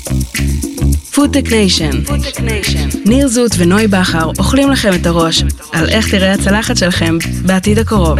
פודטק ניישן. ניר זוט ונוי בחר אוכלים לכם את הראש על איך תראה הצלחת שלכם בעתיד הקרוב.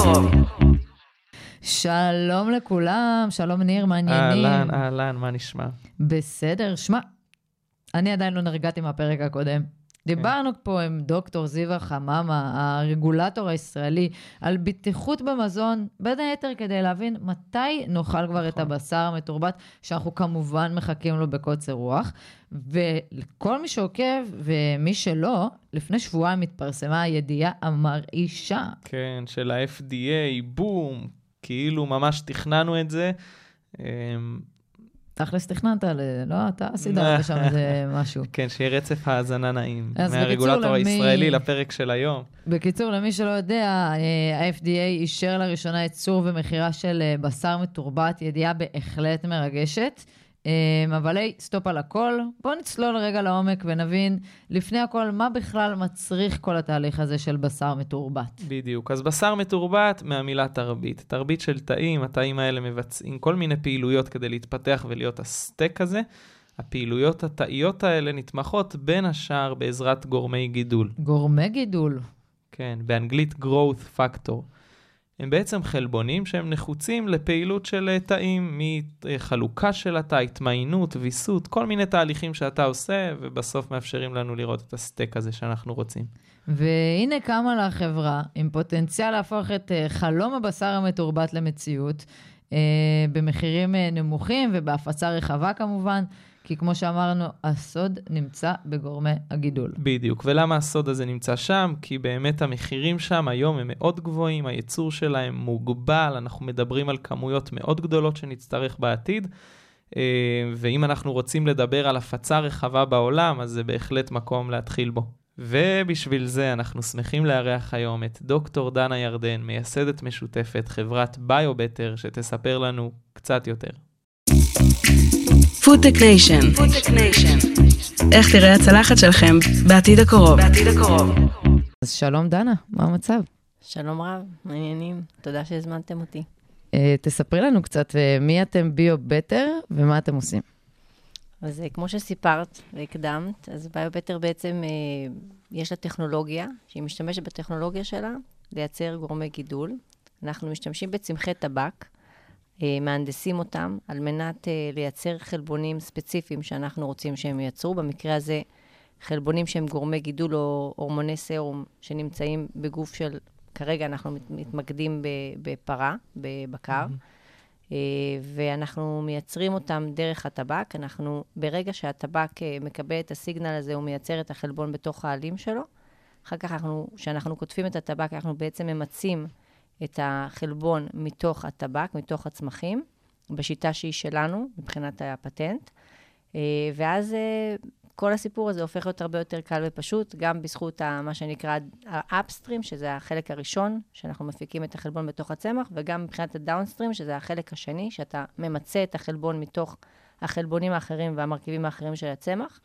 שלום לכולם, שלום ניר, מה העניינים? אהלן, מה נשמע? בסדר, שמע, אני עדיין לא נרגעתי מהפרק הקודם. דיברנו פה עם דוקטור זיווה חממה, הרגולטור הישראלי, על בטיחות במזון, בין היתר כדי להבין מתי נאכל כבר את הבשר המתורבת, שאנחנו כמובן מחכים לו בקוצר רוח. ולכל מי שעוקב ומי שלא, לפני שבועיים התפרסמה הידיעה המרעישה. כן, של ה-FDA, בום, כאילו ממש תכננו את זה. תכלס תכננת, לא, אתה סידרת שם איזה משהו. כן, שיהיה רצף האזנה נעים. מהרגולטור הישראלי לפרק של היום. בקיצור, למי שלא יודע, ה-FDA אישר לראשונה ייצור ומחירה של בשר מתורבת, ידיעה בהחלט מרגשת. אבל סטופ על הכל. בואו נצלול רגע לעומק ונבין לפני הכל מה בכלל מצריך כל התהליך הזה של בשר מתורבת. בדיוק. אז בשר מתורבת מהמילה תרבית. תרבית של תאים, התאים האלה מבצעים כל מיני פעילויות כדי להתפתח ולהיות הסטייק הזה. הפעילויות התאיות האלה נתמכות בין השאר בעזרת גורמי גידול. גורמי גידול. כן, באנגלית growth factor. הם בעצם חלבונים שהם נחוצים לפעילות של תאים, מחלוקה של התא, התמיינות, ויסות, כל מיני תהליכים שאתה עושה, ובסוף מאפשרים לנו לראות את הסטייק הזה שאנחנו רוצים. והנה קמה לה חברה עם פוטנציאל להפוך את חלום הבשר המתורבת למציאות, במחירים נמוכים ובהפצה רחבה כמובן, כי כמו שאמרנו, הסוד נמצא בגורמי הגידול. בדיוק. ולמה הסוד הזה נמצא שם? כי באמת המחירים שם היום הם מאוד גבוהים, הייצור שלהם מוגבל, אנחנו מדברים על כמויות מאוד גדולות שנצטרך בעתיד, ואם אנחנו רוצים לדבר על הפצה רחבה בעולם, אז זה בהחלט מקום להתחיל בו. ובשביל זה אנחנו שמחים לארח היום את דוקטור דנה ירדן, מייסדת משותפת חברת ביובטר, שתספר לנו קצת יותר. פודטק ניישן. איך תראה הצלחת שלכם בעתיד הקרוב. אז שלום דנה, מה המצב? שלום רב, מעניינים. תודה שהזמנתם אותי. תספרי לנו קצת מי אתם ביובטר ומה אתם עושים. אז כמו שסיפרת והקדמת, אז ביובטר בעצם יש לה טכנולוגיה, שהיא משתמשת בטכנולוגיה שלה לייצר גורמי גידול. אנחנו משתמשים בצמחי טבק, מהנדסים אותם על מנת לייצר חלבונים ספציפיים שאנחנו רוצים שהם ייצרו. במקרה הזה, חלבונים שהם גורמי גידול או הורמוני סרום שנמצאים בגוף של, כרגע אנחנו מתמקדים בפרה, בבקר, ואנחנו מייצרים אותם דרך הטבק. ברגע שהטבק מקבל את הסיגנל הזה, הוא מייצר את החלבון בתוך העלים שלו. אחר כך כשאנחנו כותבים את הטבק, אנחנו בעצם ממצים את החלבון מתוך הטבק, מתוך הצמחים, בשיטה שהיא שלנו, מבחינת הפטנט. ואז כל הסיפור הזה הופך להיות הרבה יותר קל ופשוט, גם בזכות מה שנקרא האפסטרים, שזה החלק הראשון, שאנחנו מפיקים את החלבון בתוך הצמח, וגם מבחינת הדאונסטרים, שזה החלק השני, שאתה ממצא את החלבון מתוך החלבונים האחרים והמרכיבים האחרים של הצמח.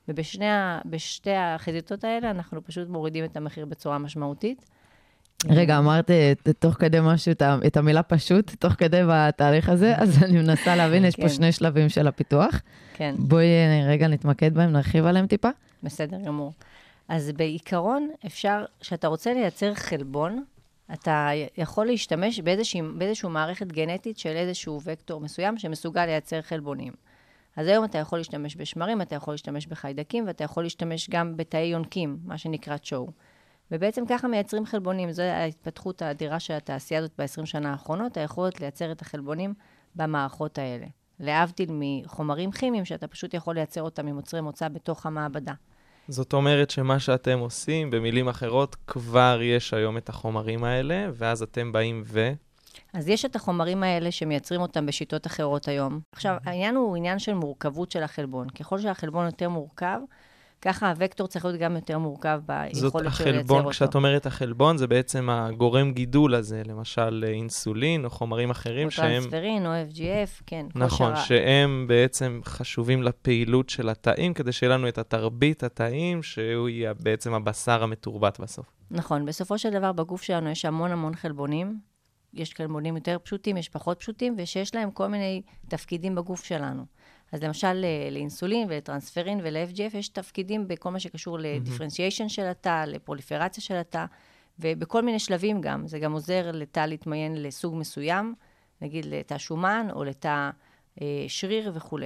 ובשתי החזיתות האלה, אנחנו פשוט מורידים את המחיר בצורה משמעותית. רגע, אמרת תוך כדי משהו, את המילה פשוט, תוך כדי בתהליך הזה, אז אני מנסה להבין, יש פה שני שלבים של הפיתוח. כן. בואי רגע נתמקד בהם, נרחיב עליהם טיפה. בסדר גמור. אז בעיקרון, אפשר, שאתה רוצה לייצר חלבון, אתה יכול להשתמש באיזשהו מערכת גנטית של איזשהו וקטור מסוים, שמסוגל לייצר חלבונים. אז היום אתה יכול להשתמש בשמרים, אתה יכול להשתמש בחיידקים, ואתה יכול להשתמש גם בתאי יונקים, מה שנקרא צ'ו. ובעצם ככה מייצרים חלבונים. זו ההתפתחות האדירה של התעשייה הזאת ב-20 שנה האחרונות, היכולת לייצר את החלבונים במערכות האלה. להבדיל מחומרים כימיים, שאתה פשוט יכול לייצר אותם ממוצרי מוצא בתוך המעבדה. זאת אומרת שמה שאתם עושים, במילים אחרות, כבר יש היום את החומרים האלה, ואז אתם באים אז יש את החומרים האלה שמייצרים אותם בשיטות אחרות היום. עכשיו, העניין הוא עניין של מורכבות של החלבון. ככל שהחלבון יותר מורכב, ככה הוקטור צריך להיות גם יותר מורכב ביכולת של לייצר אותו. כשאת אומרת החלבון, זה בעצם הגורם גידול הזה, למשל אינסולין או חומרים אחרים שהם... או טרנספרין או FGF, כן. נכון, שהם בעצם חשובים לפעילות של התאים, כדי שיהיה לנו את התרבית התאים, שהוא יהיה בעצם הבשר המתורבת בסוף. נכון, בסופו של דבר בגוף שלנו יש המון חלבונים, יש חלבונים יותר פשוטים, יש פחות פשוטים, ושיש להם כל מיני תפקידים בגוף שלנו. אז למשל לאינסולין ולטרנספרין ול-FGF יש תפקידים בכל מה שקשור לדיפרנציאשן של התא, לפרוליפרציה של התא, ובכל מיני שלבים גם. זה גם עוזר לתא להתמיין לסוג מסוים, נגיד לתא שומן או לתא שריר וכו'.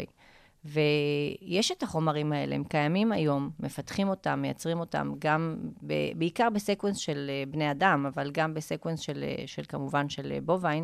ויש את החומרים האלה, הם קיימים היום, מפתחים אותם, מייצרים אותם, גם בעיקר בסקוונס של בני אדם, אבל גם בסקוונס של כמובן של בוביין,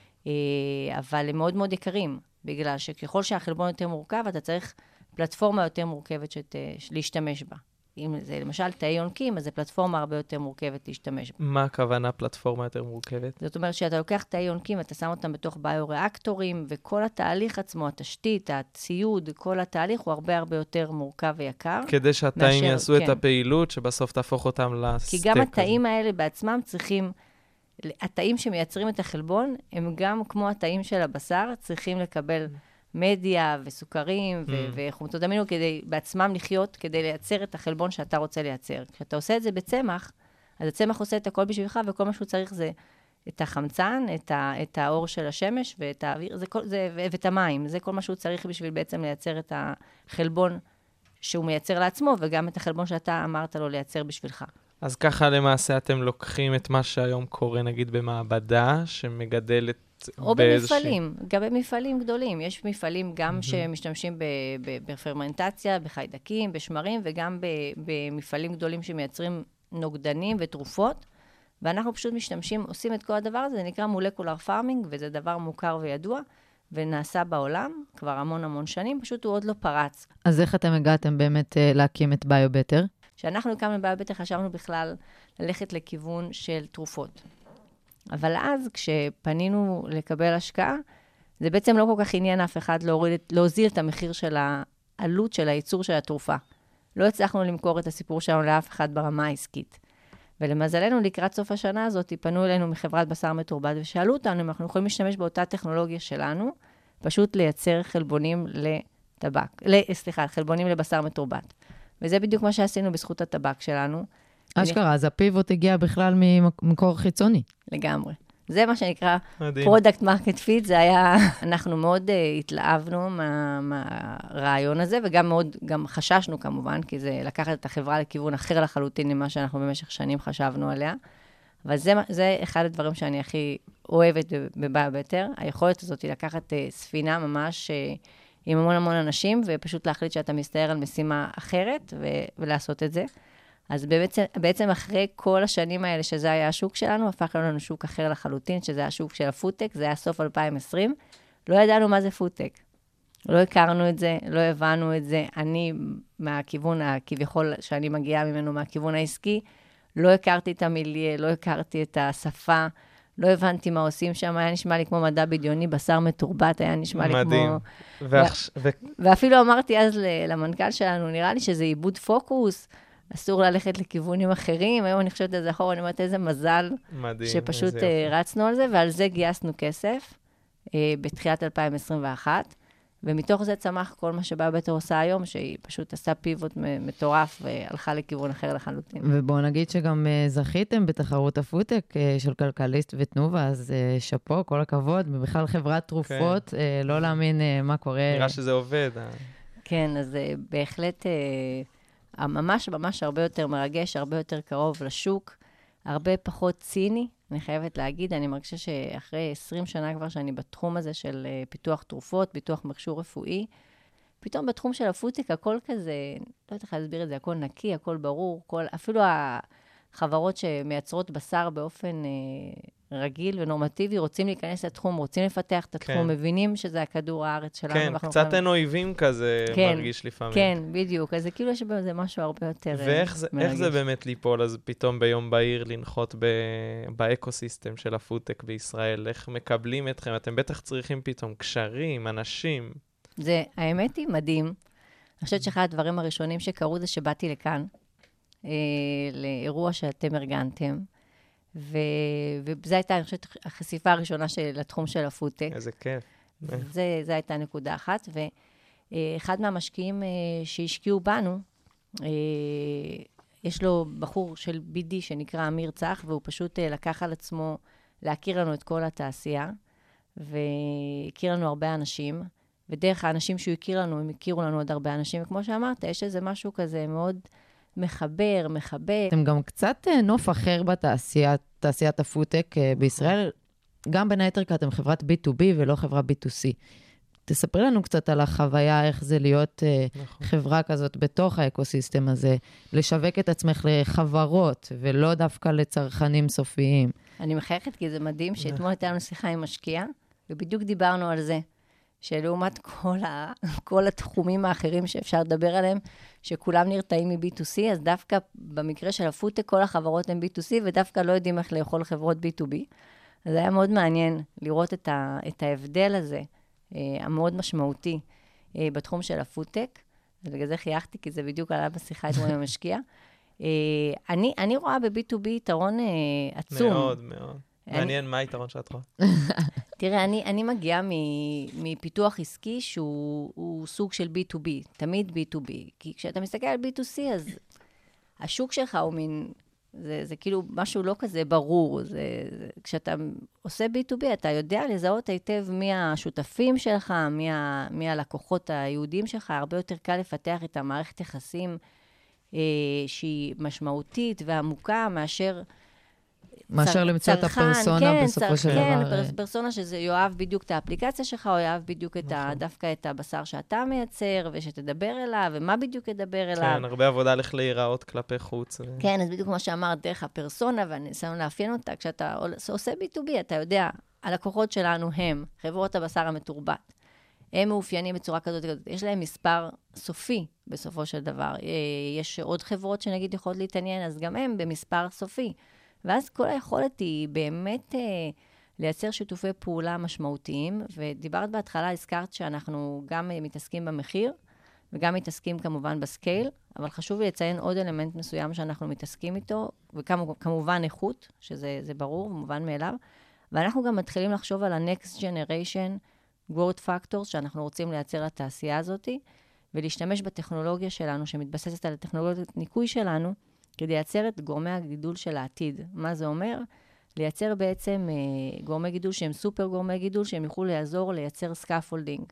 אבל הם מאוד מאוד יקרים, בגלל שככל שהחלבון יותר מורכב, אתה צריך פלטפורמה יותר מורכבת להשתמש בה. אם זה למשל תאי יונקים, אז זו פלטפורמה הרבה יותר מורכבת להשתמש בה. מה הכוונה פלטפורמה יותר מורכבת? זאת אומרת שאתה לוקח תאי יונקים, אתה שם אותם בתוך ביו-ריאקטורים, וכל התהליך עצמו, התשתית, הציוד, כל התהליך הוא הרבה הרבה יותר מורכב ויקר. כדי שהתאים יעשו את הפעילות, שבסוף תהפוך אותם לסטייק. כי גם התאים האלה בעצמם צריכים, התאים שמייצרים את החלבון, הם גם כמו התאים של הבשר, צריכים לקבל מדיה וסוכרים וחומצות אמינו כדי בעצמם לחיות, כדי לייצר את החלבון שאתה רוצה לייצר. כשאתה עושה את זה בצמח, אז הצמח עושה את הכל בשבילך, וכל מה שהוא צריך זה את החמצן, את האור של השמש ואת האוויר, ואת המים. זה כל מה שהוא צריך בשביל בעצם לייצר את החלבון שהוא מייצר לעצמו, וגם את החלבון שאתה אמרת לו לייצר בשבילך. אז ככה למעשה אתם לוקחים את מה שהיום קורה נגיד במעבדה, שמגדלת או במפעלים, גם במפעלים גדולים. יש מפעלים גם שמשתמשים בפרמנטציה, בחיידקים, בשמרים, וגם במפעלים גדולים שמייצרים נוגדנים ותרופות, ואנחנו פשוט משתמשים, עושים את כל הדבר הזה, זה נקרא מולקולר פארמינג, וזה דבר מוכר וידוע, ונעשה בעולם כבר המון המון שנים, פשוט הוא עוד לא פרץ. אז איך אתם הגעתם באמת להקים את ביובטר? כשאנחנו הקמנו ביובטר, חשבנו בכלל ללכת לכיוון של תרופות. אבל אז, כשפנינו לקבל השקעה, זה בעצם לא כל כך עניין אף אחד להוזיל את המחיר של העלות של הייצור של התרופה. לא הצלחנו למכור את הסיפור שלנו לאף אחד ברמה העסקית. ולמזלנו, לקראת סוף השנה הזאת, פנו אלינו מחברת בשר מתורבת, ושאלו אותנו אם אנחנו יכולים להשתמש באותה טכנולוגיה שלנו, פשוט לייצר חלבונים חלבונים לבשר מתורבת. וזה בדיוק מה שעשינו בזכות הטבק שלנו. אשכרה, אז הפיבוט הגיע בכלל ממקור חיצוני. לגמרי. זה מה שנקרא פרודקט מרקט פיט, זה היה, אנחנו מאוד התלהבנו מהרעיון הזה, וגם מאוד, גם חששנו כמובן, כי זה לקחת את החברה לכיוון אחר לחלוטין ממה שאנחנו במשך שנים חשבנו עליה. אבל זה אחד הדברים שאני הכי אוהבת בביובטר, היכולת הזאת היא לקחת ספינה ממש עם המון המון אנשים, ופשוט להחליט שאתה מסתער על משימה אחרת, ולעשות את זה. אז בעצם אחרי כל השנים האלה שזה היה השוק שלנו, הפך לנו שוק אחר לחלוטין, שזה השוק של הפודטק, זה היה סוף 2020, לא ידענו מה זה פודטק. לא הכרנו את זה, לא הבנו את זה. אני, מהכיוון כביכול שאני מגיעה ממנו, מהכיוון העסקי, לא הכרתי את המיליה, לא הכרתי את השפה, לא הבנתי מה עושים שם, היה נשמע לי כמו מדע בדיוני, בשר מתורבת, היה נשמע לי כמו... ואפילו אמרתי אז למנכ"ל שלנו, נראה לי שזה איבוד פוקוס, אסור ללכת לכיוונים אחרים, היום אני חושבת על זה אחורה, אני אומרת איזה מזל, מדהים, שפשוט רצנו על זה, ועל זה גייסנו כסף, בתחילת 2021, ומתוך זה צמח כל מה שביובטר עושה היום, שהיא פשוט עשה פיבוט מטורף, והלכה לכיוון אחר לחלוטין. ובואו נגיד שגם זכיתם בתחרות הפודטק של כלכליסט ותנובה, אז שפו, כל הכבוד, ובכלל חברת תרופות, לא להאמין מה קורה. נראה שזה עובד. כן, אז בהחלט... ממש ממש הרבה יותר מרגש, הרבה יותר קרוב לשוק, הרבה פחות ציני, אני חייבת להגיד, אני מרגישה שאחרי 20 שנה כבר שאני בתחום הזה של פיתוח תרופות, פיתוח מכשור רפואי, פתאום בתחום של הפודטק הכל כזה, לא יודעת איך להסביר את זה, הכל נקי, הכל ברור, אפילו החברות שמייצרות בשר באופן רגיל ונורמטיבי, רוצים להיכנס לתחום, רוצים לפתח את התחום, מבינים שזה הכדור הארץ שלנו. כן, קצת אין אויבים כזה, מרגיש לפעמים. כן, בדיוק. אז זה כאילו יש בזה משהו הרבה יותר מרגש. ואיך זה באמת ליפול, אז פתאום ביום בהיר לנחות באקוסיסטם של הפודטק בישראל? איך מקבלים אתכם? אתם בטח צריכים פתאום קשרים, אנשים. האמת היא מדהים. אני חושבת שאחד הדברים הראשונים שקרו זה שבאתי לכאן, לאירוע שאתם ארגנתם, וזו הייתה, אני חושבת, החשיפה הראשונה לתחום של הפודטק. איזה כיף. זו הייתה נקודה אחת, ואחד מהמשקיעים שהשקיעו בנו, יש לו בחור של BD שנקרא אמיר צח, והוא פשוט לקח על עצמו להכיר לנו את כל התעשייה, והכיר לנו הרבה אנשים, ודרך האנשים שהוא הכיר לנו, הם הכירו לנו עוד הרבה אנשים, וכמו שאמרת, יש איזה משהו כזה מאוד מחבר. אתם גם קצת נוף אחר בתעשיית הפודטק בישראל, גם בין היתר כי אתם חברת B2B ולא חברה B2C. תספרי לנו קצת על החוויה, איך זה להיות חברה כזאת בתוך האקוסיסטם הזה, לשווק את עצמך לחברות, ולא דווקא לצרכנים סופיים. אני מחייכת כי זה מדהים שאתמול הייתה לנו שיחה עם משקיע, ובדיוק דיברנו על זה, שלעומת כל התחומים האחרים שאפשר לדבר עליהם, שכולם נרתעים מ-B2C, אז דווקא במקרה של הפודטק, כל החברות הן B2C, ודווקא לא יודעים איך לאכול חברות B2B. אז זה היה מאוד מעניין לראות את ההבדל הזה, המאוד משמעותי בתחום של הפודטק. בגלל זה חייכתי, כי זה בדיוק עלה בשיחה אתמול עם המשקיע. אני רואה ב-B2B יתרון עצום. מאוד, מאוד. מעניין מה היתרון שאת רואה. תראה, אני מגיעה מפיתוח עסקי שהוא סוג של B2B, תמיד B2B. כי כשאתה מסתכל על B2C, אז השוק שלך הוא מין, זה כאילו משהו לא כזה ברור. כשאתה עושה B2B, אתה יודע לזהות היטב מי השותפים שלך, מי הלקוחות היהודים שלך, הרבה יותר קל לפתח את המערכת יחסים שהיא משמעותית ועמוקה מאשר למצוא את הפרסונה בסופו של דבר. כן, פרסונה שזה יאהב בדיוק את האפליקציה שלך, או יאהב בדיוק דווקא את הבשר שאתה מייצר, ושתדבר אליו, ומה בדיוק ידבר אליו. כן, הרבה עבודה לך להיראות כלפי חוץ. כן, אז בדיוק כמו שאמרת, דרך הפרסונה, ואני ניסינו לאפיין אותה, כשאתה עושה B2B, אתה יודע, הלקוחות שלנו הם חברות הבשר המתורבת. הם מאופיינים בצורה כזאת, יש להם מספר סופי בסופו של דבר. יש עוד חברות שנגיד יכולות להתעניין, אז גם הם במספר סופי. ואז כל היכולת היא באמת לייצר שיתופי פעולה משמעותיים, ודיברת בהתחלה, הזכרת שאנחנו גם מתעסקים במחיר, וגם מתעסקים כמובן בסקייל, אבל חשוב לי לציין עוד אלמנט מסוים שאנחנו מתעסקים איתו, וכמובן איכות, שזה ברור ומובן מאליו, ואנחנו גם מתחילים לחשוב על ה-next generation growth factors, שאנחנו רוצים לייצר לתעשייה הזאת, ולהשתמש בטכנולוגיה שלנו, שמתבססת על הטכנולוגיית ניקוי שלנו, כדי לייצר את גורמי הגידול של העתיד. מה זה אומר? לייצר בעצם גורמי גידול שהם סופר גורמי גידול, שהם יוכלו לעזור לייצר סקאפולדינג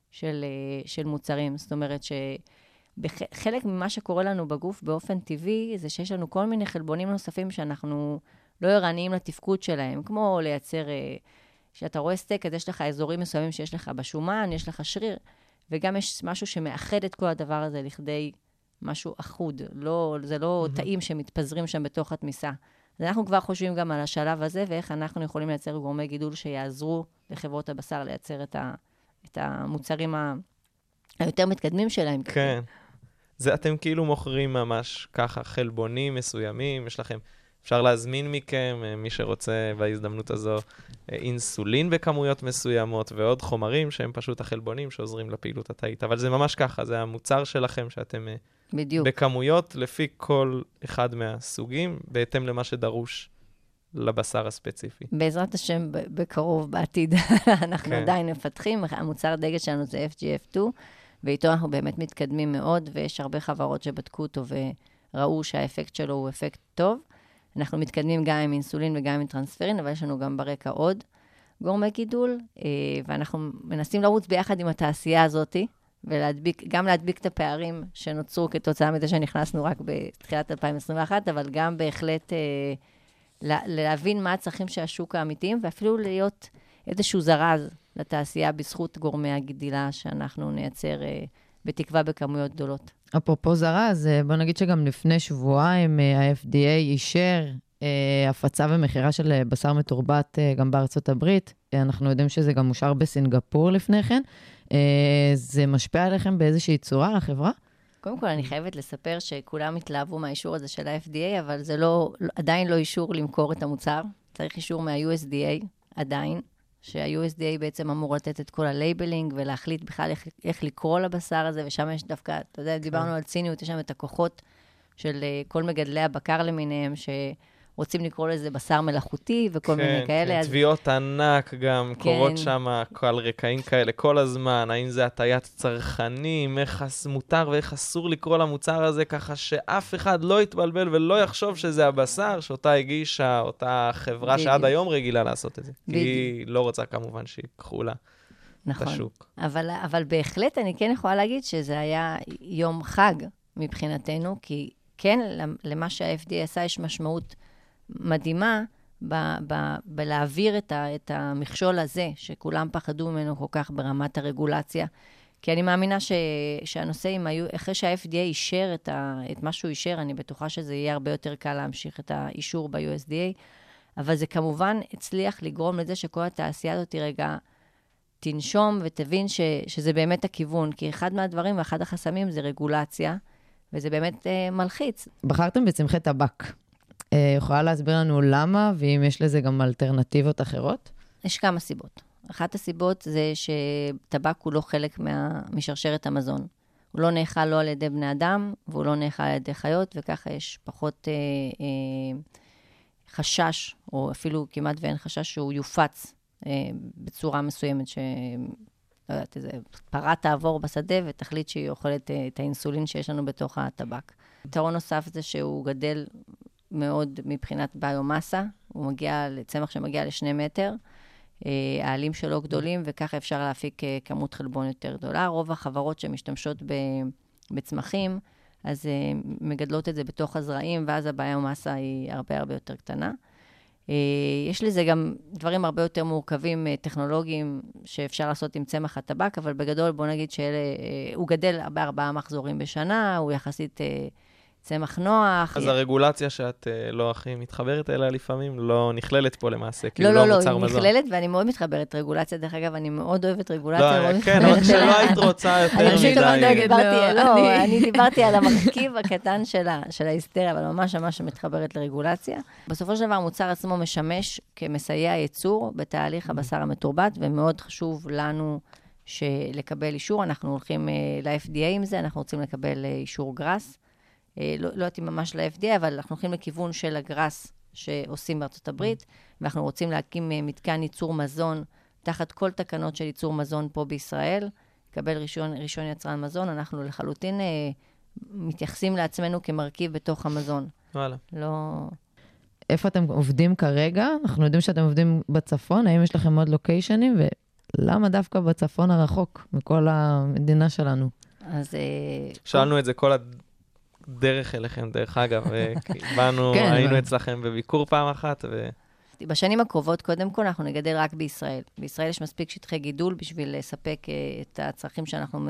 של מוצרים. זאת אומרת שחלק ממה שקורה לנו בגוף באופן טבעי, זה שיש לנו כל מיני חלבונים נוספים שאנחנו לא ערניים לתפקוד שלהם, כמו לייצר, שאתה רואה סטייק, אז יש לך אזורים מסוימים שיש לך בשומן, יש לך שריר, וגם יש משהו שמאחד את כל הדבר הזה לכדי משהו אחוד, זה לא תאים שמתפזרים שם בתוך התמיסה. אז אנחנו כבר חושבים גם על השלב הזה, ואיך אנחנו יכולים לייצר גורמי גידול שיעזרו לחברות הבשר לייצר את המוצרים היותר מתקדמים שלהם. כן. זה אתם כאילו מוכרים ממש ככה חלבונים מסוימים, יש לכם, אפשר להזמין מכם, מי שרוצה בהזדמנות הזו, אינסולין בכמויות מסוימות, ועוד חומרים שהם פשוט החלבונים שעוזרים לפעילות התאית. אבל זה ממש ככה, זה המוצר שלכם שאתם בדיוק. בכמויות לפי כל אחד מהסוגים, בהתאם למה שדרוש לבשר הספציפי. בעזרת השם, בקרוב, בעתיד, אנחנו עדיין מפתחים. המוצר דגל שלנו זה FGF2, ואיתו אנחנו באמת מתקדמים מאוד, ויש הרבה חברות שבדקו אותו וראו שהאפקט שלו הוא אפקט טוב. אנחנו מתקדמים גם עם אינסולין וגם עם טרנספרין, אבל יש לנו גם ברקע עוד גורמי גידול, ואנחנו מנסים לרוץ ביחד עם התעשייה הזאת, וגם להדביק את הפערים שנוצרו כתוצאה מזה שנכנסנו רק בתחילת 2021, אבל גם בהחלט להבין מה הצרכים של השוק האמיתיים, ואפילו להיות איזשהו זרז לתעשייה בזכות גורמי הגדילה שאנחנו נייצר בתקווה בכמויות גדולות. אפרופו זרז, בוא נגיד שגם לפני שבועיים ה-FDA אישר הפצה ומחירה של בשר מתורבת גם בארצות הברית. אנחנו יודעים שזה גם מושר בסינגפור לפני כן. זה משפיע עליכם באיזושהי צורה, החברה? קודם כל, אני חייבת לספר שכולם התלהבו מהאישור הזה של ה-FDA, אבל זה עדיין לא אישור למכור את המוצר. צריך אישור מה-USDA, עדיין, שה-USDA בעצם אמור לתת את כל הלייבלינג, ולהחליט בכלל איך לקרוא לבשר הזה, ושם יש דווקא, אתה יודע, דיברנו על ציניות, יש שם את הכוחות של כל מגדלי הבקר למיניהם, רוצים לקרוא לזה בשר מלאכותי וכל מיני כאלה. כן, תביעות ענק גם קורות שם על רקעים כאלה כל הזמן, האם זה הטיית צרכנים, איך מותר ואיך אסור לקרוא למוצר הזה, ככה שאף אחד לא יתבלבל ולא יחשוב שזה הבשר שאותה הגישה, אותה חברה שעד היום רגילה לעשות את זה. כי היא לא רוצה כמובן שיקחו לה נכון. השוק. אבל בהחלט אני כן יכולה להגיד שזה היה יום חג מבחינתנו, כי כן, למה שה-FDA עשה יש משמעות מדהימה בלהעביר את המכשול הזה, שכולם פחדו ממנו כל כך ברמת הרגולציה. כי אני מאמינה שהנושאים היו, אחרי שה-FDA אישר את מה שהוא אישר, אני בטוחה שזה יהיה הרבה יותר קל להמשיך את האישור ב-USDA, אבל זה כמובן הצליח לגרום לזה שכל התעשייה הזאת רגע תנשום ותבין שזה באמת הכיוון, כי אחד מהדברים ואחד החסמים זה רגולציה, וזה באמת מלחיץ. בחרתם בצמחי טבק. יכולה להסביר לנו למה, ואם יש לזה גם אלטרנטיבות אחרות? יש כמה סיבות. אחת הסיבות זה שטבק הוא לא חלק משרשרת המזון. הוא לא נאכל לא על ידי בני אדם, והוא לא נאכל על ידי חיות, וככה יש פחות חשש, או אפילו כמעט ואין חשש שהוא יופץ בצורה מסוימת, לא יודעת, איזה פרה תעבור בשדה ותחליט שהיא אוכלת את האינסולין שיש לנו בתוך הטבק. יתרון נוסף זה שהוא גדל מאוד מבחינת ביומסה, הוא מגיע לצמח שמגיע ל2 מטר, העלים שלו גדולים, וככה אפשר להפיק כמות חלבון יותר גדולה. רוב החברות שמשתמשות בצמחים, אז מגדלות את זה בתוך הזרעים, ואז הביומסה היא הרבה הרבה יותר קטנה. יש לזה גם דברים הרבה יותר מורכבים, טכנולוגיים, שאפשר לעשות עם צמח הטבק, אבל בגדול בוא נגיד שהוא גדל ב4 מחזורים בשנה, הוא יחסית צמח נוח. אז הרגולציה שאת לא הכי מתחברת אליה לפעמים, לא נכללת פה למעשה, כי הוא לא מוצר מזון. לא, היא נכללת ואני מאוד מתחברת רגולציה, דרך אגב, אני מאוד אוהבת רגולציה. כן, אבל שלא היית רוצה יותר מדי. אני דיברתי על המרכיב הקטן של ההיסטריה, אבל ממש ממש מתחברת לרגולציה. בסופו של דבר, המוצר עצמו משמש כמסייע ייצור בתהליך הבשר המתורבת, ומאוד חשוב לנו לקבל אישור. אנחנו הולכים ל-FDA עם זה, אנחנו רוצים לקבל אישור גראס. לא יודעת אם ממש ל-FDA, אבל אנחנו הולכים לכיוון של הגראס שעושים בארצות הברית, ואנחנו רוצים להקים מתקן ייצור מזון, תחת כל תקנות של ייצור מזון פה בישראל, לקבל רישיון יצרן מזון, אנחנו לחלוטין מתייחסים לעצמנו כמרכיב בתוך המזון. וואלה. לא... איפה אתם עובדים כרגע? אנחנו יודעים שאתם עובדים בצפון, האם יש לכם עוד לוקיישנים, ולמה דווקא בצפון הרחוק מכל המדינה שלנו? אז... שאלנו את זה כל דרך אליכם, דרך אגב, באנו, היינו אצלכם בביקור פעם אחת. בשנים הקרובות, קודם כל, אנחנו נגדל רק בישראל. בישראל יש מספיק שטחי גידול בשביל לספק את הצרכים שאנחנו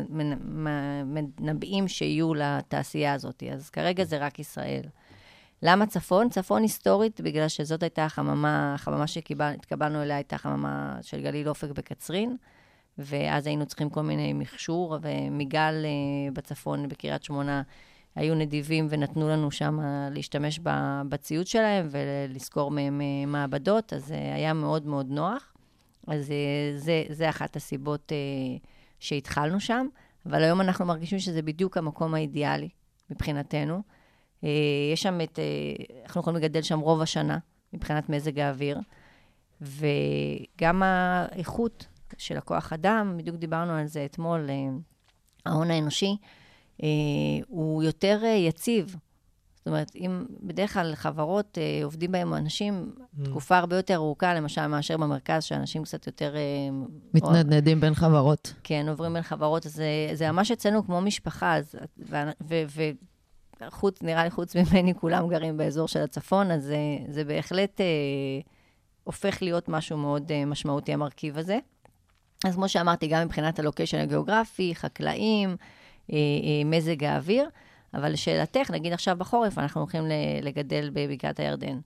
מנבאים שיהיו לתעשייה הזאת. אז כרגע זה רק ישראל. למה צפון? צפון היסטורית, בגלל שזאת הייתה החממה שהתקבלנו אליה, הייתה חממה של גליל אופק בקצרין, ואז היינו צריכים כל מיני מכשור, ומיגל בצפון, בקריית שמונה, היו נדיבים ונתנו לנו שם להשתמש בציוד שלהם ולזכור מהם מעבדות, אז זה היה מאוד מאוד נוח. אז זה אחת הסיבות שהתחלנו שם, אבל היום אנחנו מרגישים שזה בדיוק המקום האידיאלי מבחינתנו. יש שם אנחנו יכולים לגדל שם רוב השנה מבחינת מזג האוויר, וגם האיכות של הכוח אדם, בדיוק דיברנו על זה אתמול, ההון האנושי, הוא יותר יציב. זאת אומרת, אם בדרך כלל חברות עובדים בהם אנשים, תקופה הרבה יותר ארוכה, למשל, מאשר במרכז, שאנשים קצת יותר... מתנדנדים בין חברות. כן, עוברים בין חברות, אז זה ממש אצלנו כמו משפחה, נראה לי חוץ ממני, כולם גרים באזור של הצפון, אז זה בהחלט הופך להיות משהו מאוד משמעותי, המרכיב הזה. אז כמו שאמרתי, גם מבחינת הלוקיישן הגיאוגרפי, חקלאים, מזג האוויר, אבל לשאלתך, נגיד עכשיו בחורף, אנחנו הולכים לגדל בבקעת הירדן,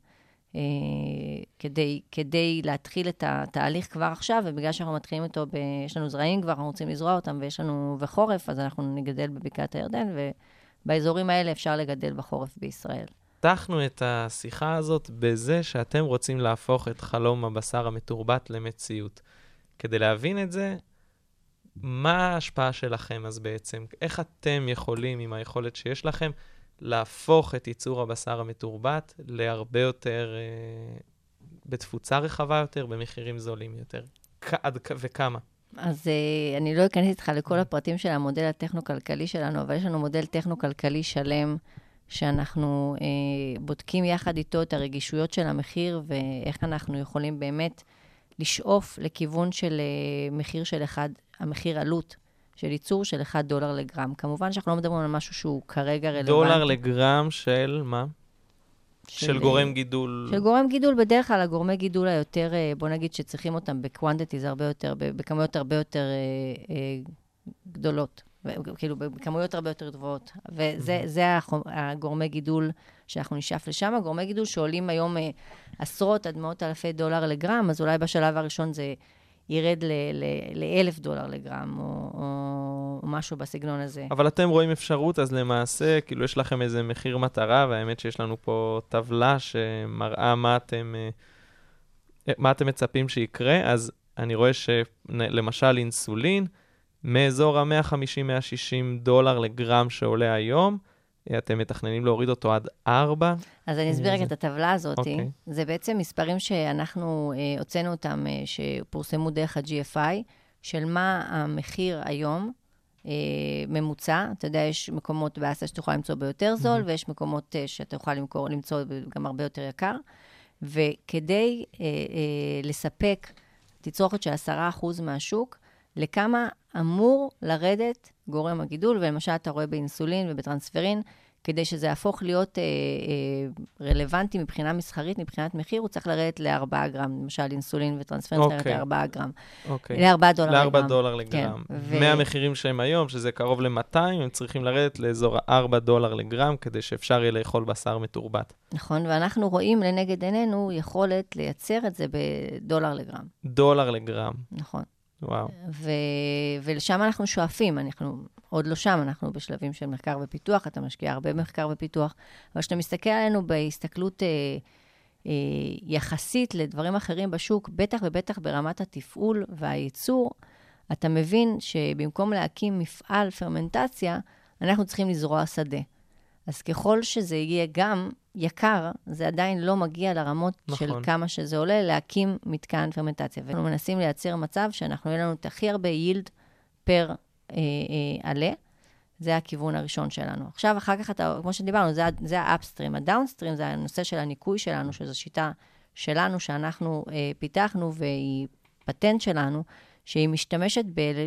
כדי להתחיל את התהליך כבר עכשיו, ובגלל שאנחנו מתחילים אותו, יש לנו זרעים כבר, אנחנו רוצים לזרוע אותם, ויש לנו בחורף, אז אנחנו נגדל בבקעת הירדן, ובאזורים האלה אפשר לגדל בחורף בישראל. פתחנו את השיחה הזאת בזה שאתם רוצים להפוך את חלום הבשר המתורבת למציאות. כדי להבין את זה, מה ההשפעה שלכם אז בעצם? איך אתם יכולים, עם היכולת שיש לכם, להפוך את ייצור הבשר המתורבת להרבה יותר, בתפוצה רחבה יותר, במחירים זולים יותר? וכמה? אז אני לא אכנס איתך לכל הפרטים של המודל הטכנו-כלכלי שלנו, אבל יש לנו מודל טכנו-כלכלי שלם, שאנחנו בודקים יחד איתו את הרגישויות של המחיר, ואיך אנחנו יכולים באמת לשאוף לכיוון של מחיר של המחיר עלות של ייצור של $1 לגרם. כמובן שאנחנו לא מדברים על משהו שהוא כרגע רלוונטי. דולר לגרם של מה? של גורם גידול. של גורם גידול, בדרך כלל הגורמי גידול היותר, בוא נגיד שצריכים אותם בקוונטיטיז הרבה יותר, בכמויות הרבה יותר גדולות, כאילו בכמויות הרבה יותר גבוהות. וזה הגורמי גידול שאנחנו נשאף לשם. הגורמי גידול שעולים היום עשרות עד מאות אלפי דולר לגרם, אז אולי בשלב הראשון זה ירד $1,000 לגרם, או משהו בסגנון הזה. אבל אתם רואים אפשרות, אז למעשה, כאילו יש לכם איזה מחיר מטרה, והאמת שיש לנו פה טבלה שמראה מה אתם מצפים שיקרה, אז אני רואה שלמשל אינסולין, מאזור $150-160 לגרם שעולה היום, אתם מתכננים להוריד אותו עד 4. אז אני אסביר רגע את הטבלה הזאת. זה בעצם מספרים שאנחנו הוצאנו אותם, שפורסמו דרך ה-GFI, של מה המחיר היום ממוצע. אתה יודע, יש מקומות באסיה שאתה יכול למצוא ביותר זול, ויש מקומות שאתה יכול למצוא גם הרבה יותר יקר. וכדי לספק תצרוכת של 10% מהשוק, לכמה אמור לרדת גורם הגידול, ולמשל אתה רואה באינסולין ובטרנספרין, כדי שזה יהפוך להיות רלוונטי מבחינה מסחרית, מבחינת מחיר, הוא צריך לרדת ל4 גרם, למשל אינסולין וטרנספרין צריך לרדת ל4 גרם. $4 לגרם. $4 לגרם. מהמחירים שהם היום, שזה קרוב ל-200, הם צריכים לרדת לאזור $4 לגרם, כדי שאפשר יהיה לאכול בשר מתורבת. נכון, ואנחנו רואים לנגד עינינו יכולת לייצר את זה $1 לגרם. $1 לגרם. נכון. וואו. ולשם אנחנו שואפים, אנחנו עוד לא שם, אנחנו בשלבים של מחקר ופיתוח, אתה משקיע הרבה מחקר ופיתוח, אבל כשאתה מסתכל עלינו בהסתכלות יחסית לדברים אחרים בשוק, בטח ובטח ברמת התפעול והייצור, אתה מבין שבמקום להקים מפעל פרמנטציה, אנחנו צריכים לזרוע שדה. אז ככל שזה יהיה גם יקר, זה עדיין לא מגיע לרמות של כמה שזה עולה, להקים מתקן פרמנטציה. ואנחנו מנסים לייצר מצב שאנחנו יהיה לנו את הכי הרבה יילד פר עלה. זה הכיוון הראשון שלנו. עכשיו, אחר כך, כמו שדיברנו, זה האפסטרים. הדאונסטרים זה הנושא של הניקוי שלנו, שזו שיטה שלנו שאנחנו פיתחנו, והיא פטנט שלנו, שהיא משתמשת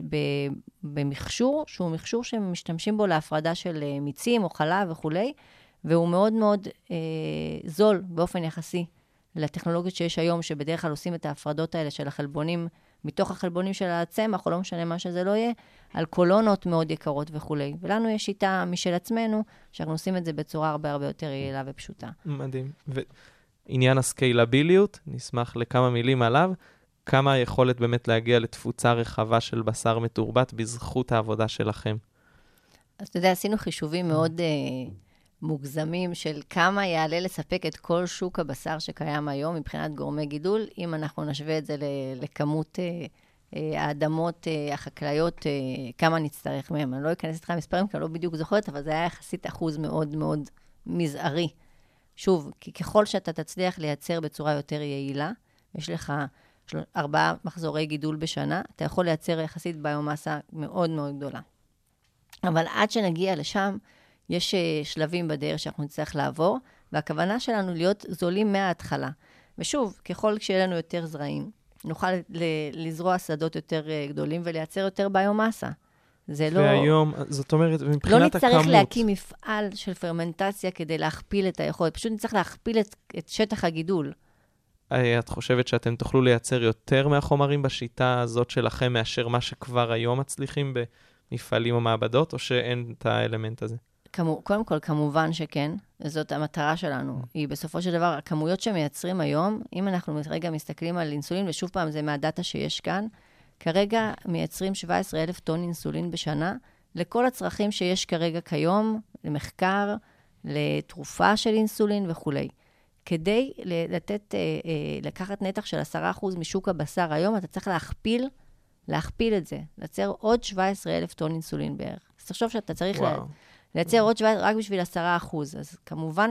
במכשור, שהוא מכשור שמשתמשים בו להפרדה של מיצים או חלב וכולי, והוא מאוד מאוד זול באופן יחסי לטכנולוגיות שיש היום, שבדרך כלל עושים את ההפרדות האלה של החלבונים, מתוך החלבונים של הצמח, או לא משנה מה שזה לא יהיה, על קולונות מאוד יקרות וכולי. ולנו יש שיטה משל עצמנו, שאנחנו עושים את זה בצורה הרבה הרבה יותר יעילה ופשוטה. מדהים. ועניין הסקיילביליות, נשמח לכמה מילים עליו, כמה היכולת באמת להגיע לתפוצה רחבה של בשר מתורבת בזכות העבודה שלכם? אז אתה יודע, עשינו חישובים מאוד מוגזמים של כמה יעלה לספק את כל שוק הבשר שקיים היום מבחינת גורמי גידול, אם אנחנו נשווה את זה לכמות האדמות החקלאיות, כמה נצטרך מהם. אני לא אכנס איתך מספרים, כי אני לא בדיוק זוכרת, אבל זה היה יחסית אחוז מאוד מאוד מזערי. שוב, כי ככל שאתה תצליח לייצר בצורה יותר יעילה, יש לך 4 מחזורי גידול בשנה, אתה יכול לייצר יחסית ביומסה מאוד מאוד גדולה. אבל עד שנגיע לשם, יש שלבים בדרך שאנחנו נצטרך לעבור, והכוונה שלנו להיות זולים מההתחלה. ושוב, ככל שיהיה לנו יותר זרעים, נוכל לזרוע שדות יותר גדולים ולייצר יותר ביומסה. זה לא... והיום, זאת אומרת, מבחינת לא הכמות... נצטרך להקים מפעל של פרמנטציה כדי להכפיל את היכולת, פשוט נצטרך להכפיל את שטח הגידול. את חושבת שאתם תוכלו לייצר יותר מהחומרים בשיטה הזאת שלכם, מאשר מה שכבר היום מצליחים במפעלים או מעבדות, או שאין את האלמנט הזה? קודם כל, כמובן שכן, זאת המטרה שלנו. היא בסופו של דבר, הכמויות שמייצרים היום, אם אנחנו רגע מסתכלים על אינסולין, ושוב פעם זה מהדאטה שיש כאן, כרגע מייצרים 17,000 טון אינסולין בשנה, לכל הצרכים שיש כרגע כיום, למחקר, לתרופה של אינסולין וכולי. כדי לקחת נתח של 10% משוק הבשר היום, אתה צריך להכפיל את זה, לייצר עוד 17,000 טון אינסולין בערך. אז תחשוב שאתה צריך לייצר עוד 17 רק בשביל 10%. אז כמובן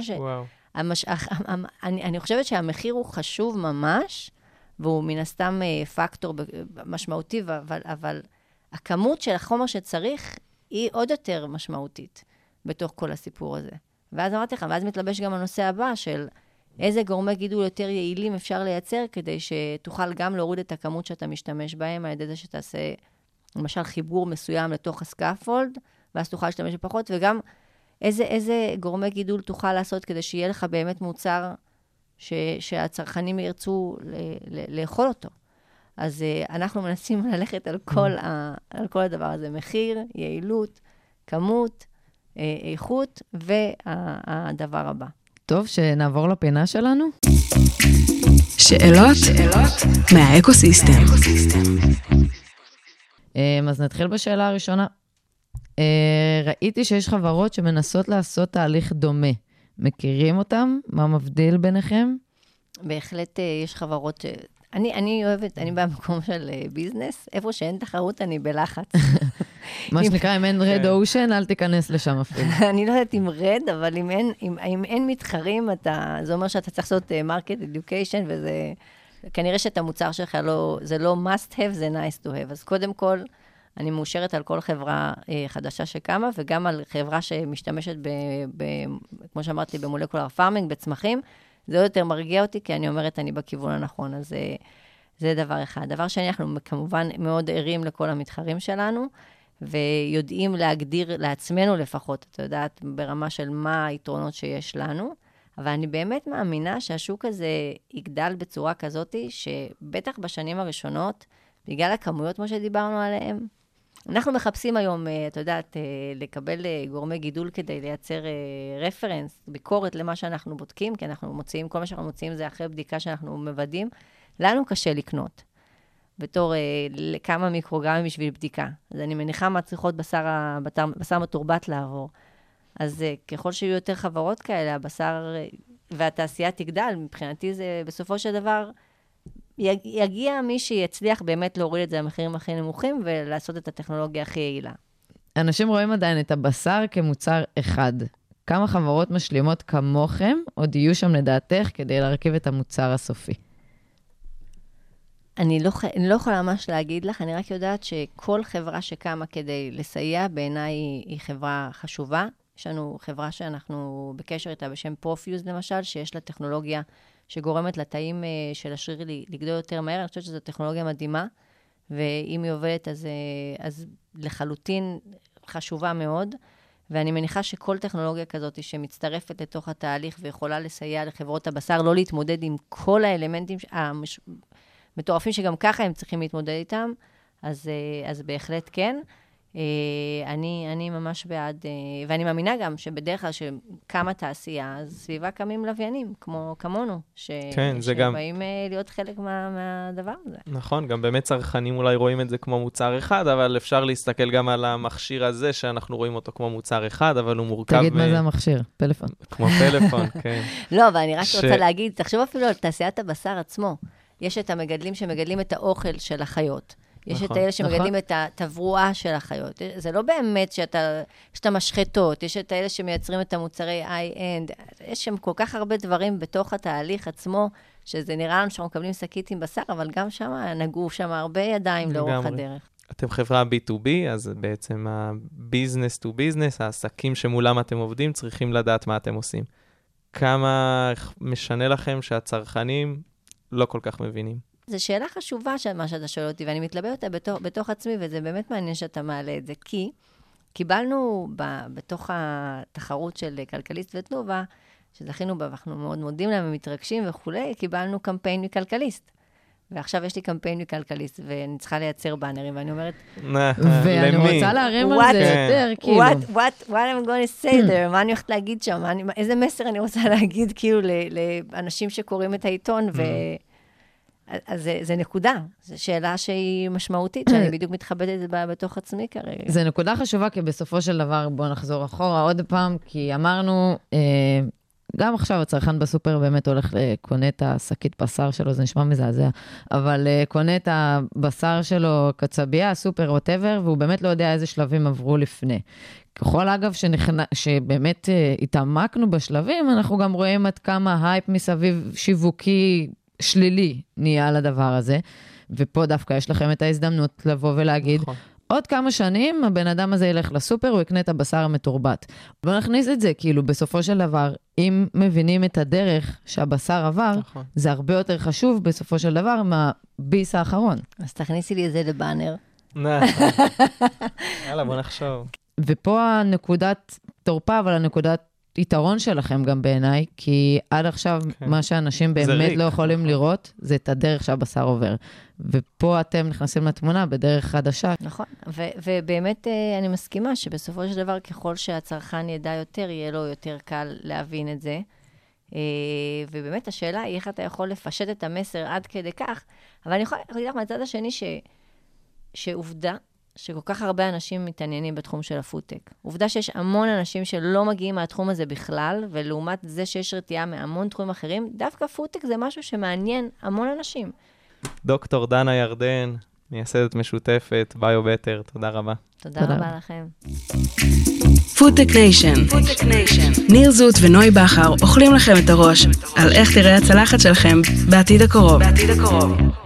אני חושבת שהמחיר הוא חשוב ממש, והוא מן הסתם פקטור משמעותי, אבל הכמות של החומר שצריך היא עוד יותר משמעותית בתוך כל הסיפור הזה. ואז אמרתי לך, ואז מתלבש גם הנושא הבא של איזה גורמי גידול יותר יעילים אפשר לייצר, כדי שתוכל גם להוריד את הכמות שאתה משתמש בהם, על ידי זה שתעשה למשל חיבור מסוים לתוך הסקאפולד, ואז תוכל להשתמש בפחות, וגם איזה גורמי גידול תוכל לעשות כדי שיהיה לך באמת מוצר שהצרכנים ירצו לאכול אותו. אז אנחנו מנסים ללכת על כל הדבר הזה, מחיר, יעילות, כמות, איכות, והדבר הבא. טוב, שנעבור לפינה שלנו. שאלות מהאקוסיסטם. אז נתחיל בשאלה הראשונה. ראיתי שיש חברות שמנסות לעשות תהליך דומה. מכירים אותם? מה מבדיל ביניכם? בהחלט יש חברות אני אוהבת, אני במקום של ביזנס, איפה שאין תחרות אני בלחץ. מה שנקרא, אם אין רד אושן, אל תיכנס לשם אפילו. אני לא יודעת אם רד, אבל אם אין מתחרים, זה אומר שאתה צריך לעשות market education, וזה, כנראה שאת המוצר שלך זה לא must have, זה nice to have. אז קודם כל, אני מאושרת על כל חברה חדשה שקמה, וגם על חברה שמשתמשת כמו שאמרתי, במולקולר פארמינג, בצמחים, זה יותר מרגיע אותי, כי אני אומרת, אני בכיוון הנכון, אז זה דבר אחד. דבר שני, אנחנו כמובן מאוד ערים לכל המתחרים שלנו, ויודעים להגדיר לעצמנו לפחות, אתה יודעת, ברמה של מה היתרונות שיש לנו, אבל אני באמת מאמינה שהשוק הזה יגדל בצורה כזאת, שבטח בשנים הראשונות, בגלל הכמויות כמו שדיברנו עליהן, אנחנו מחפשים היום, אתה יודעת, לקבל גורמי גידול כדי לייצר רפרנס, ביקורת למה שאנחנו בודקים, כי אנחנו מוציאים, כל מה שאנחנו מוציאים זה אחרי בדיקה שאנחנו מבדים. לנו קשה לקנות, בתור לכמה מיקרוגרמים בשביל בדיקה. אז אני מניחה מה צריכות בשר מתורבת לעבור. אז ככל שיהיו יותר חברות כאלה, הבשר והתעשייה תגדל, מבחינתי זה בסופו של דבר, יגיע מי שיצליח באמת להוריד את זה למחירים הכי נמוכים, ולעשות את הטכנולוגיה הכי יעילה. אנשים רואים עדיין את הבשר כמוצר אחד. כמה חברות משלימות כמוכם עוד יהיו שם לדעתך כדי להרכיב את המוצר הסופי? אני לא יכולה ממש להגיד לך, אני רק יודעת שכל חברה שקמה כדי לסייע, בעיניי היא חברה חשובה. יש לנו חברה שאנחנו בקשר איתה בשם פרופיוז למשל, שיש לה טכנולוגיה שגורמת לתאים של השריר לגדול יותר מהר. אני חושבת שזו טכנולוגיה מדהימה, ואם היא עובדת אז לחלוטין חשובה מאוד, ואני מניחה שכל טכנולוגיה כזאת שמצטרפת לתוך התהליך ויכולה לסייע לחברות הבשר, לא להתמודד עם כל האלמנטים המטורפים שגם ככה הם צריכים להתמודד איתם, אז בהחלט כן. אני ממש בעד, ואני מאמינה גם שבדרך כלל שקמה תעשייה, אז סביבה קמים לוויינים, כמונו, שבאים להיות חלק מהדבר הזה. נכון, גם באמת צרכנים אולי רואים את זה כמו מוצר אחד, אבל אפשר להסתכל גם על המכשיר הזה, שאנחנו רואים אותו כמו מוצר אחד, אבל הוא מורכב... תגיד מה זה המכשיר, פלאפון. כמו פלאפון, כן. לא, אבל אני רק רוצה להגיד, תחשוב אפילו על תעשיית הבשר עצמו. יש את המגדלים שמגדלים את האוכל של החיות. יש את האלה שמגדלים את התברואה של החיות. זה לא באמת יש את המשחטות, יש את האלה שמייצרים את המוצרי איי-אנד. יש שם כל כך הרבה דברים בתוך התהליך עצמו, שזה נראה לנו שאנחנו מקבלים שקית עם בשר, אבל גם שם נגעו שם הרבה ידיים לאורך הדרך. אתם חברה B2B, אז בעצם ה-business to business, העסקים שמולם אתם עובדים, צריכים לדעת מה אתם עושים. כמה משנה לכם שהצרכנים לא כל כך מבינים? זו שאלה חשובה מה שאתה שואל אותי, ואני מתלבט אותה בתוך עצמי, וזה באמת מעניין שאתה מעלה את זה, כי קיבלנו בתוך התחרות של כלכליסט ותנובה, שזכינו בה, ואנחנו מאוד מודים להם, מתרגשים וכולי, קיבלנו קמפיין מכלכליסט. ועכשיו יש לי קמפיין מכלכליסט, ואני צריכה לייצר באנרים, ואני אומרת... ואני רוצה להרים על זה יותר, כאילו. What I'm going to say there? מה אני הולכת להגיד שם? איזה מסר אני רוצה להגיד, כאילו, לאנשים שקוראים את העיתון, אז זה נקודה, זו שאלה שהיא משמעותית, שאני בדיוק מתחבטת בתוך עצמי כרגע. זה נקודה חשובה, כי בסופו של דבר, בואו נחזור אחורה עוד פעם, כי אמרנו, גם עכשיו הצרכן בסופר באמת הולך לקונה את השקית בשר שלו, זה נשמע מזעזע, אבל קונה את הבשר שלו קצבייה, סופר, whatever, והוא באמת לא יודע איזה שלבים עברו לפני. ככל אגב שבאמת התעמקנו בשלבים, אנחנו גם רואים עד כמה הייפ מסביב שיווקי, שלילי נהיה על הדבר הזה, ופה דווקא יש לכם את ההזדמנות לבוא ולהגיד, נכון. עוד כמה שנים הבן אדם הזה ילך לסופר, הוא יקנה את הבשר המתורבת. בוא נכניס את זה, כאילו בסופו של דבר, אם מבינים את הדרך שהבשר עבר, נכון. זה הרבה יותר חשוב בסופו של דבר מהביס האחרון. אז תכניסי לי את זה לבאנר. יאללה, בוא נחשוב. ופה הנקודת תורפה, אבל הנקודת יתרון שלכם גם בעיניי, כי עד עכשיו מה שאנשים באמת לא יכולים לראות, זה את הדרך שהבשר עובר. ופה אתם נכנסים לתמונה בדרך חדשה. נכון, ובאמת אני מסכימה שבסופו של דבר, ככל שהצרכן ידע יותר, יהיה לו יותר קל להבין את זה. ובאמת השאלה היא איך אתה יכול לפשט את המסר עד כדי כך, אבל אני יכולה להגיד לך מהצד השני שעובדה, שכל כך הרבה אנשים מתעניינים בתחום של הפודטק. עובדה שיש המון אנשים שלא מגיעים מהתחום הזה בכלל, ולעומת זה שיש רתיעה מהמון תחומים אחרים, דווקא פודטק זה משהו שמעניין המון אנשים. דוקטור דנה ירדן, מייסדת משותפת, ביו-בטר, תודה רבה. תודה רבה לכם. פודטק ניישן. ניר זוט ונוי בכר אוכלים לכם את הראש על איך תראה הצלחת שלכם בעתיד הקרוב.